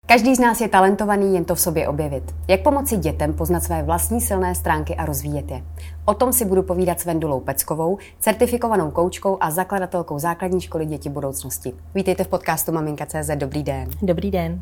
Každý z nás je talentovaný, jen to v sobě objevit. Jak pomoci dětem poznat své vlastní silné stránky a rozvíjet je? O tom si budu povídat s Vendulou Peckovou, certifikovanou koučkou a zakladatelkou základní školy Děti budoucnosti. Vítejte v podcastu Maminka.cz. Dobrý den. Dobrý den.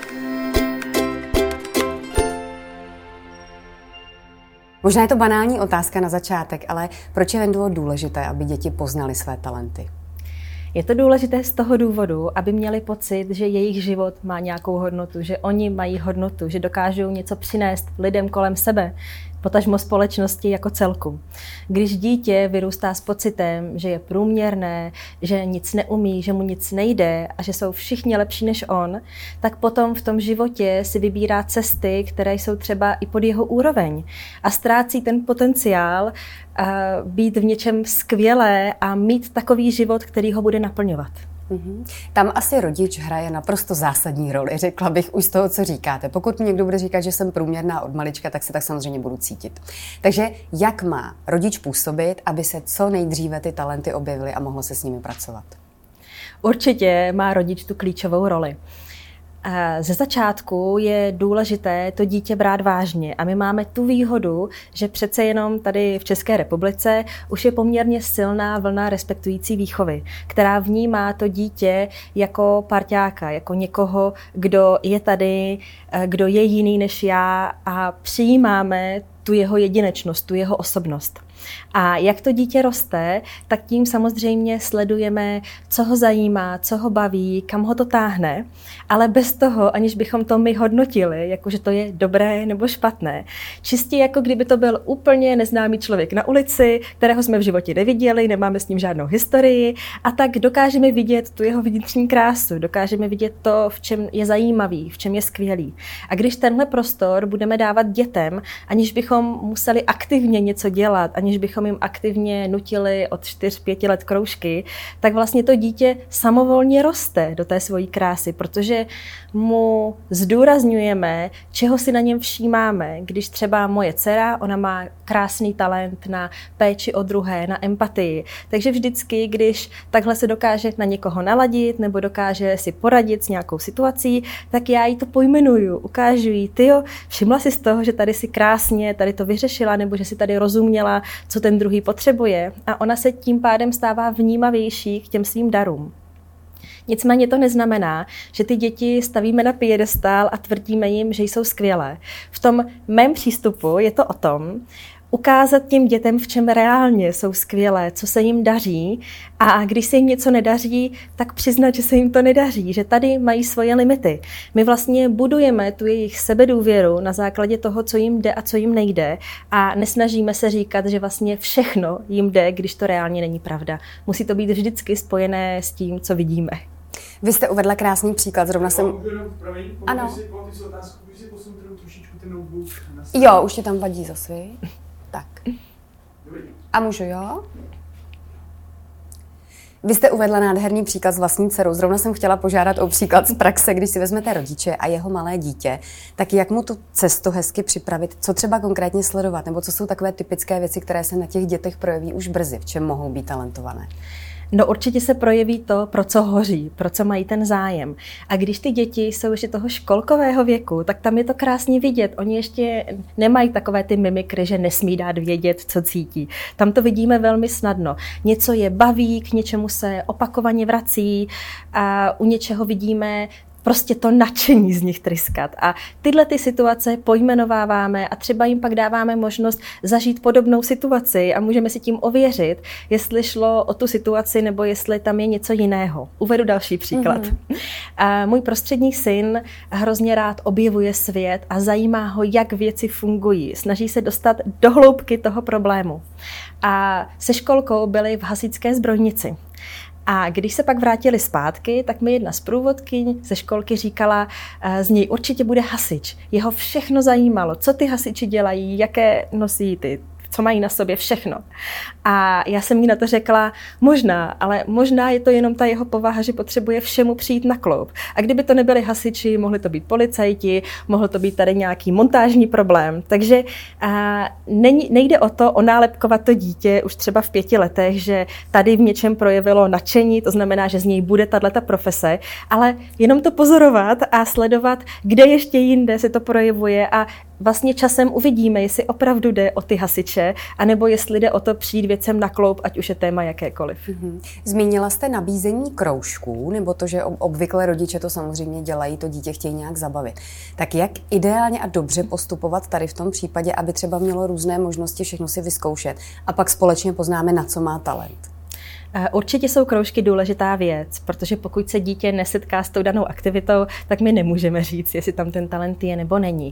Možná je to banální otázka na začátek, ale proč je, Vendulo, důležité, aby děti poznaly své talenty? Je to důležité z toho důvodu, aby měli pocit, že jejich život má nějakou hodnotu, že oni mají hodnotu, že dokážou něco přinést lidem kolem sebe, potažmo společnosti jako celku. Když dítě vyrůstá s pocitem, že je průměrné, že nic neumí, že mu nic nejde a že jsou všichni lepší než on, tak potom v tom životě si vybírá cesty, které jsou třeba i pod jeho úroveň a ztrácí ten potenciál být v něčem skvělé a mít takový život, který ho bude naplňovat. Tam asi rodič hraje naprosto zásadní roli, řekla bych už z toho, co říkáte. Pokud mi někdo bude říkat, že jsem průměrná od malička, tak se tak samozřejmě budu cítit. Takže jak má rodič působit, aby se co nejdříve ty talenty objevily a mohlo se s nimi pracovat? Určitě má rodič tu klíčovou roli. Ze začátku je důležité to dítě brát vážně a my máme tu výhodu, že přece jenom tady v České republice už je poměrně silná vlna respektující výchovy, která vnímá to dítě jako parťáka, jako někoho, kdo je tady, kdo je jiný než já a přijímáme tu jeho jedinečnost, tu jeho osobnost. A jak to dítě roste, tak tím samozřejmě sledujeme, co ho zajímá, co ho baví, kam ho to táhne, ale bez toho, aniž bychom to my hodnotili, jakože to je dobré nebo špatné. Čistě jako kdyby to byl úplně neznámý člověk na ulici, kterého jsme v životě neviděli, nemáme s ním žádnou historii a tak dokážeme vidět tu jeho vnitřní krásu, dokážeme vidět to, v čem je zajímavý, v čem je skvělý. A když tenhle prostor budeme dávat dětem, aniž bychom museli aktivně něco dělat, aniž bychom jim aktivně nutili od 4-5 let kroužky, tak vlastně to dítě samovolně roste do té svojí krásy, protože mu zdůrazňujeme, čeho si na něm všímáme. Když třeba moje dcera, ona má krásný talent na péči o druhé, na empatii. Takže vždycky, když takhle se dokáže na někoho naladit nebo dokáže si poradit s nějakou situací, tak já jí to pojmenuju, ukážu jí, tyjo, všimla si z toho, že tady si krásně, tady to vyřešila, nebo že si tady rozuměla, co ten druhý potřebuje a ona se tím pádem stává vnímavější k těm svým darům. Nicméně to neznamená, že ty děti stavíme na piedestál a tvrdíme jim, že jsou skvělé. V tom mém přístupu je to o tom, ukázat těm dětem, v čem reálně jsou skvělé, co se jim daří a když se jim něco nedaří, tak přiznat, že se jim to nedaří, že tady mají svoje limity. My vlastně budujeme tu jejich sebedůvěru na základě toho, co jim jde a co jim nejde a nesnažíme se říkat, že vlastně všechno jim jde, když to reálně není pravda. Musí to být vždycky spojené s tím, co vidíme. Vy jste uvedla krásný příklad, zrovna jsem... Ano. Jo, už ti tam vadí zase. Tak. A můžu, jo? Vy jste uvedla nádherný příklad s vlastní dcerou. Zrovna jsem chtěla požádat o příklad z praxe, když si vezmete rodiče a jeho malé dítě, tak jak mu tu cestu hezky připravit, co třeba konkrétně sledovat, nebo co jsou takové typické věci, které se na těch dětech projeví už brzy, v čem mohou být talentované? No určitě se projeví to, pro co hoří, pro co mají ten zájem. A když ty děti jsou ještě toho školkového věku, tak tam je to krásně vidět. Oni ještě nemají takové ty mimikry, že nesmí dát vědět, co cítí. Tam to vidíme velmi snadno. Něco je baví, k něčemu se opakovaně vrací a u něčeho vidíme prostě to nadšení z nich tryskat. A tyhle ty situace pojmenováváme a třeba jim pak dáváme možnost zažít podobnou situaci a můžeme si tím ověřit, jestli šlo o tu situaci nebo jestli tam je něco jiného. Uvedu další příklad. A můj prostřední syn hrozně rád objevuje svět a zajímá ho, jak věci fungují. Snaží se dostat do hloubky toho problému. A se školkou byli v hasičské zbrojnici. A když se pak vrátili zpátky, tak mi jedna z průvodkyň ze školky říkala, z něj určitě bude hasič. Jeho všechno zajímalo, co ty hasiči dělají, jaké nosí ty co mají na sobě, všechno. A já jsem jí na to řekla, možná, ale možná je to jenom ta jeho povaha, že potřebuje všemu přijít na kloub. A kdyby to nebyli hasiči, mohli to být policajti, mohl to být tady nějaký montážní problém. Takže nejde o to onálepkovat to dítě už třeba v 5 letech, že tady v něčem projevilo nadšení, to znamená, že z něj bude tato profese, ale jenom to pozorovat a sledovat, kde ještě jinde se to projevuje a vlastně časem uvidíme, jestli opravdu jde o ty hasiče, anebo jestli jde o to přijít věcem na kloub, ať už je téma jakékoliv. Zmínila jste nabízení kroužků, nebo to, že obvykle rodiče to samozřejmě dělají, to dítě chtějí nějak zabavit. Tak jak ideálně a dobře postupovat tady v tom případě, aby třeba mělo různé možnosti všechno si vyzkoušet a pak společně poznáme, na co má talent? Určitě jsou kroužky důležitá věc, protože pokud se dítě nesetká s tou danou aktivitou, tak my nemůžeme říct, jestli tam ten talent je nebo není.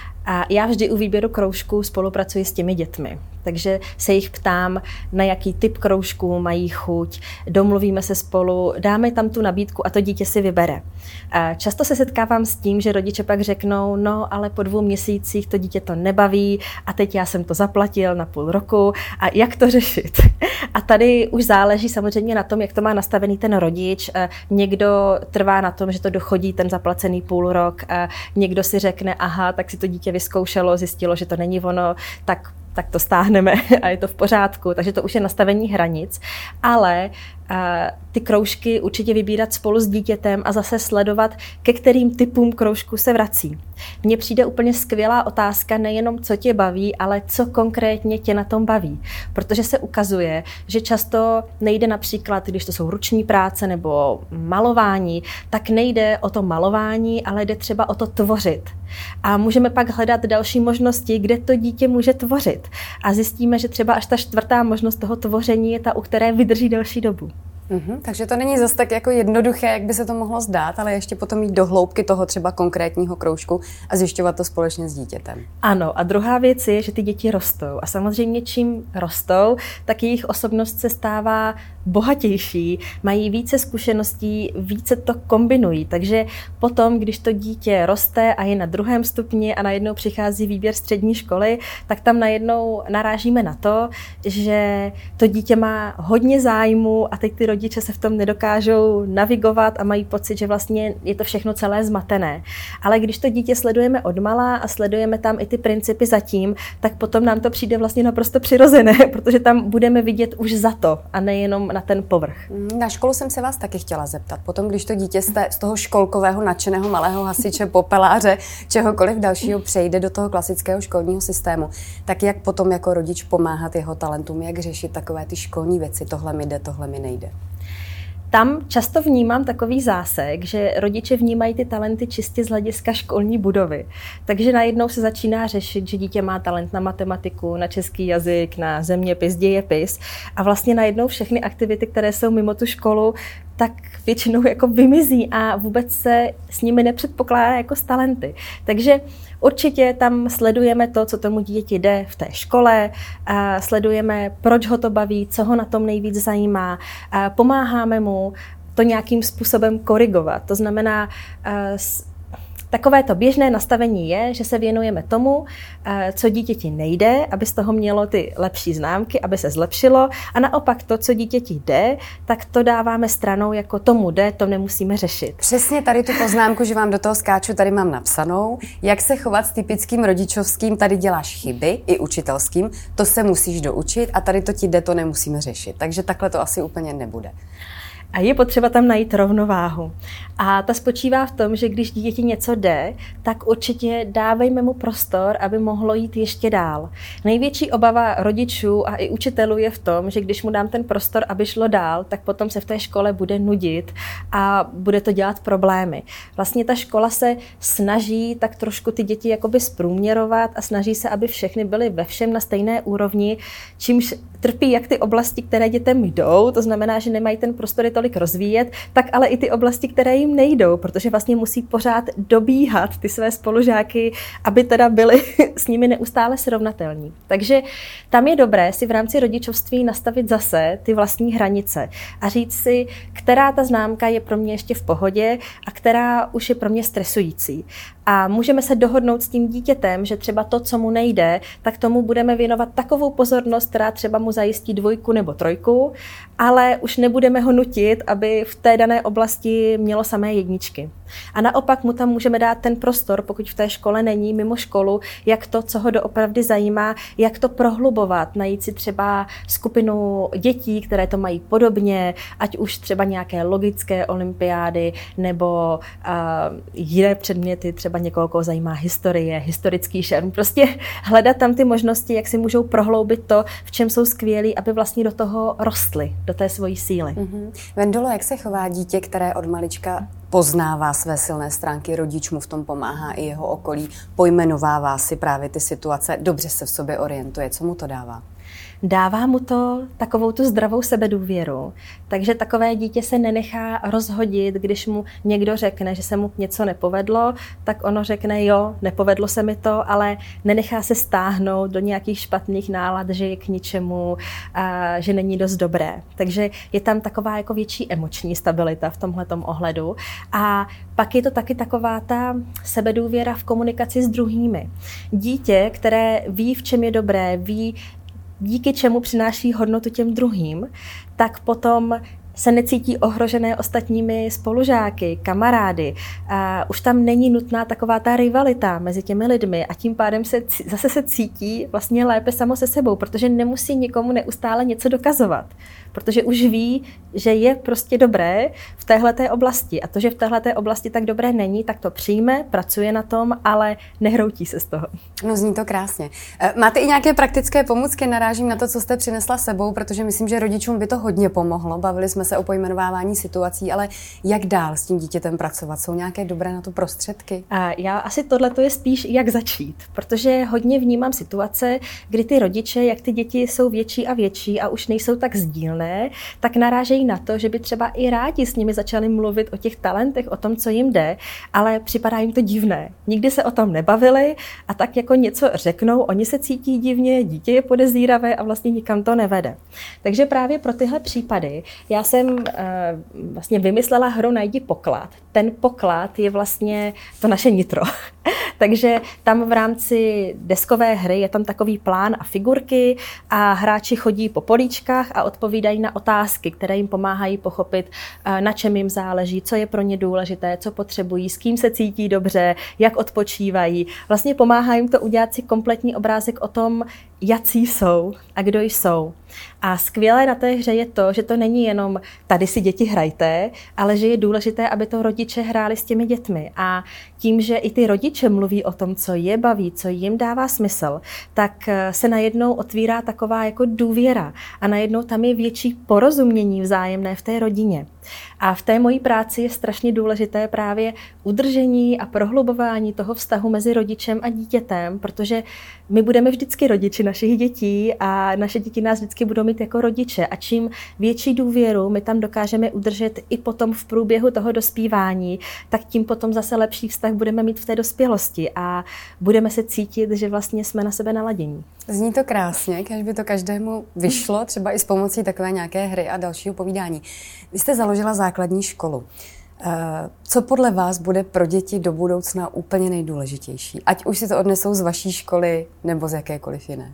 A já vždy u výběru kroužků spolupracuji s těmi dětmi, takže se jich ptám, na jaký typ kroužků mají chuť, domluvíme se spolu, dáme tam tu nabídku a to dítě si vybere. Často se setkávám s tím, že rodiče pak řeknou, no ale po 2 měsících to dítě to nebaví a teď já jsem to zaplatil na půl roku a jak to řešit? A tady už záleží samozřejmě na tom, jak to má nastavený ten rodič. Někdo trvá na tom, že to dochodí ten zaplacený půl rok, někdo si řekne, aha, tak si to dítě vyzkoušelo, zjistilo, že to není ono, tak to stáhneme a je to v pořádku. Takže to už je nastavení hranic. Ale ty kroužky určitě vybírat spolu s dítětem a zase sledovat, ke kterým typům kroužku se vrací. Mně přijde úplně skvělá otázka nejenom, co tě baví, ale co konkrétně tě na tom baví. Protože se ukazuje, že často nejde například, když to jsou ruční práce nebo malování, tak nejde o to malování, ale jde třeba o to tvořit. A můžeme pak hledat další možnosti, kde to dítě může tvořit. A zjistíme, že třeba až ta 4. možnost toho tvoření je ta, u které vydrží delší dobu. Takže to není zas tak jako jednoduché, jak by se to mohlo zdát, ale ještě potom jít do hloubky toho třeba konkrétního kroužku a zjišťovat to společně s dítětem. Ano, a druhá věc je, že ty děti rostou. A samozřejmě čím rostou, tak jejich osobnost se stává bohatější, mají více zkušeností, více to kombinují. Takže potom, když to dítě roste a je na 2. stupni a najednou přichází výběr střední školy, tak tam najednou narážíme na to, že to dítě má hodně zájmu a teď ty rodiče se v tom nedokážou navigovat a mají pocit, že vlastně je to všechno celé zmatené. Ale když to dítě sledujeme odmala a sledujeme tam i ty principy zatím, tak potom nám to přijde vlastně naprosto přirozené, protože tam budeme vidět už za to a nejenom na ten povrch. Na školu jsem se vás taky chtěla zeptat. Potom, když to dítě z toho školkového, nadšeného malého hasiče, popeláře, čehokoliv dalšího přejde do toho klasického školního systému, tak jak potom jako rodič pomáhat jeho talentům, jak řešit takové ty školní věci, tohle mi jde, tohle mi nejde? Tam často vnímám takový zásek, že rodiče vnímají ty talenty čistě z hlediska školní budovy. Takže najednou se začíná řešit, že dítě má talent na matematiku, na český jazyk, na zeměpis, dějepis a vlastně najednou všechny aktivity, které jsou mimo tu školu, tak většinou jako vymizí a vůbec se s nimi nepředpokládá jako s talenty. Takže určitě tam sledujeme to, co tomu dítěti jde v té škole, sledujeme, proč ho to baví, co ho na tom nejvíc zajímá, pomáháme mu to nějakým způsobem korigovat. To znamená, takové to běžné nastavení je, že se věnujeme tomu, co dítěti nejde, aby z toho mělo ty lepší známky, aby se zlepšilo a naopak to, co dítěti jde, tak to dáváme stranou, jako tomu jde, to nemusíme řešit. Přesně tady tu poznámku, že vám do toho skáču, tady mám napsanou, jak se chovat s typickým rodičovským, tady děláš chyby, i učitelským, to se musíš doučit a tady to ti jde, to nemusíme řešit. Takže takhle to asi úplně nebude. A je potřeba tam najít rovnováhu. A ta spočívá v tom, že když dítěti něco jde, tak určitě dávejme mu prostor, aby mohlo jít ještě dál. Největší obava rodičů a i učitelů je v tom, že když mu dám ten prostor, aby šlo dál, tak potom se v té škole bude nudit a bude to dělat problémy. Vlastně ta škola se snaží tak trošku ty děti jakoby zprůměrovat a snaží se, aby všechny byly ve všem na stejné úrovni, čímž trpí jak ty oblasti, které dětem jdou, to znamená, že nemají ten prostor je tolik rozvíjet, tak ale i ty oblasti, které jim nejdou, protože vlastně musí pořád dobíhat ty své spolužáky, aby teda byli s nimi neustále srovnatelní. Takže tam je dobré si v rámci rodičovství nastavit zase ty vlastní hranice a říct si, která ta známka je pro mě ještě v pohodě a která už je pro mě stresující. A můžeme se dohodnout s tím dítětem, že třeba to, co mu nejde, tak tomu budeme věnovat takovou pozornost, která třeba mu zajistí 2 nebo 3, ale už nebudeme ho nutit, aby v té dané oblasti mělo samé 1. A naopak mu tam můžeme dát ten prostor, pokud v té škole není, mimo školu, jak to, co ho doopravdy zajímá, jak to prohlubovat, najít si třeba skupinu dětí, které to mají podobně, ať už třeba nějaké logické olympiády nebo jiné předměty, třeba někoho, koho zajímá historie, historický šerm. Prostě hledat tam ty možnosti, jak si můžou prohloubit to, v čem jsou skvělí, aby vlastně do toho rostly, do té svojí síly. Vendolo, jak se chová dítě, které od malička poznává své silné stránky, rodič mu v tom pomáhá i jeho okolí, pojmenovává si právě ty situace, dobře se v sobě orientuje, co mu to dává? Dává mu to takovou tu zdravou sebedůvěru. Takže takové dítě se nenechá rozhodit, když mu někdo řekne, že se mu něco nepovedlo, tak ono řekne, jo, nepovedlo se mi to, ale nenechá se stáhnout do nějakých špatných nálad, že je k ničemu, že není dost dobré. Takže je tam taková jako větší emoční stabilita v tomhletom ohledu. A pak je to taky taková ta sebedůvěra v komunikaci s druhými. Dítě, které ví, v čem je dobré, ví, díky čemu přináší hodnotu těm druhým, tak potom se necítí ohrožené ostatními spolužáky, kamarády. Už tam není nutná taková ta rivalita mezi těmi lidmi a tím pádem zase se cítí vlastně lépe samo se sebou, protože nemusí nikomu neustále něco dokazovat. Protože už ví, že je prostě dobré v téhleté oblasti. A to, že v téhleté oblasti tak dobré není, tak to přijme, pracuje na tom, ale nehroutí se z toho. No, zní to krásně. Máte i nějaké praktické pomůcky? Narážím na to, co jste přinesla sebou, protože myslím, že rodičům by to hodně pomohlo. Bavili jsme se o pojmenovávání situací, ale jak dál s tím dítětem pracovat? Jsou nějaké dobré na to prostředky? Já asi tohleto je spíš jak začít, protože hodně vnímám situace, kdy ty rodiče, jak ty děti jsou větší a větší a už nejsou tak sdílné, tak narážejí na to, že by třeba i rádi s nimi začali mluvit o těch talentech, o tom, co jim jde, ale připadá jim to divné. Nikdy se o tom nebavili a tak jako něco řeknou, oni se cítí divně, dítě je podezíravé a vlastně nikam to nevede. Takže právě pro tyhle případy já jsem vlastně vymyslela hru Najdi poklad. Ten poklad je vlastně to naše nitro. Takže tam v rámci deskové hry je tam takový plán a figurky a hráči chodí po políčkách a odpovídají na otázky, které jim pomáhají pochopit, na čem jim záleží, co je pro ně důležité, co potřebují, s kým se cítí dobře, jak odpočívají. Vlastně pomáhá jim to udělat si kompletní obrázek o tom, jací jsou a kdo jsou. A skvělé na té hře je to, že to není jenom tady si děti hrajte, ale že je důležité, aby to rodiče hráli s těmi dětmi. A tím, že i ty rodiče mluví o tom, co je baví, co jim dává smysl, tak se najednou otvírá taková jako důvěra a najednou tam je větší porozumění vzájemné v té rodině. A v té mojí práci je strašně důležité právě udržení a prohlubování toho vztahu mezi rodičem a dítětem, protože my budeme vždycky rodiči našich dětí a naše děti nás vždycky budou mít jako rodiče. A čím větší důvěru my tam dokážeme udržet i potom v průběhu toho dospívání, tak tím potom zase lepší vztah budeme mít v té dospělosti a budeme se cítit, že vlastně jsme na sebe naladění. Zní to krásně, když by to každému vyšlo, třeba i s pomocí takové nějaké hry a dalšího povídání. Vy jste založila základní školu. Co podle vás bude pro děti do budoucna úplně nejdůležitější? Ať už si to odnesou z vaší školy nebo z jakékoliv jiné.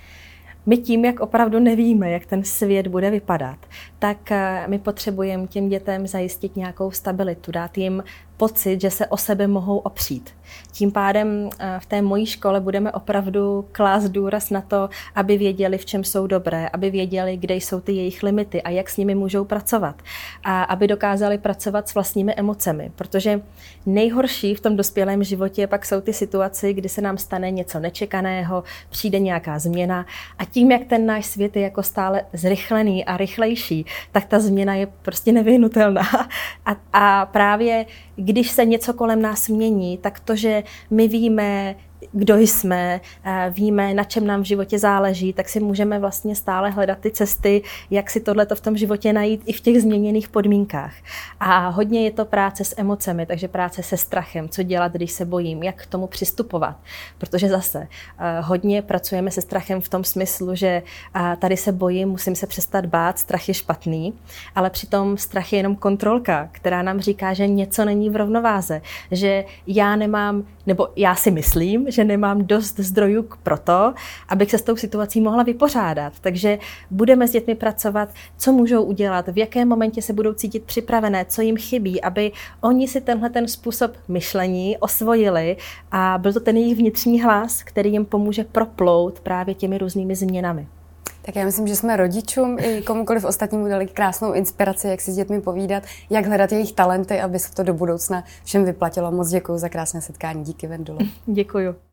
My tím, jak opravdu nevíme, jak ten svět bude vypadat, tak my potřebujeme těm dětem zajistit nějakou stabilitu, dát jim pocit, že se o sebe mohou opřít. Tím pádem v té mojí škole budeme opravdu klást důraz na to, aby věděli, v čem jsou dobré, aby věděli, kde jsou ty jejich limity a jak s nimi můžou pracovat. A aby dokázali pracovat s vlastními emocemi, protože nejhorší v tom dospělém životě pak jsou ty situace, kdy se nám stane něco nečekaného, přijde nějaká změna a tím, jak ten náš svět je jako stále zrychlený a rychlejší, tak ta změna je prostě nevyhnutelná. A právě když se něco kolem nás mění, tak to, že my víme, kdo jsme, víme, na čem nám v životě záleží, tak si můžeme vlastně stále hledat ty cesty, jak si tohleto v tom životě najít i v těch změněných podmínkách. A hodně je to práce s emocemi, takže práce se strachem, co dělat, když se bojím, jak k tomu přistupovat. Protože zase hodně pracujeme se strachem v tom smyslu, že tady se bojím, musím se přestat bát, strach je špatný, ale přitom strach je jenom kontrolka, která nám říká, že něco není v rovnováze, že já nemám, nebo já si myslím, že nemám dost zdrojů pro to, abych se s tou situací mohla vypořádat. Takže budeme s dětmi pracovat, co můžou udělat, v jakém momentě se budou cítit připravené, co jim chybí, aby oni si ten způsob myšlení osvojili a byl to ten jejich vnitřní hlas, který jim pomůže proplout právě těmi různými změnami. Tak já myslím, že jsme rodičům i komukoliv ostatnímu dali krásnou inspiraci, jak si s dětmi povídat, jak hledat jejich talenty, aby se to do budoucna všem vyplatilo. Moc děkuji za krásné setkání. Díky, Vendula. Děkuju.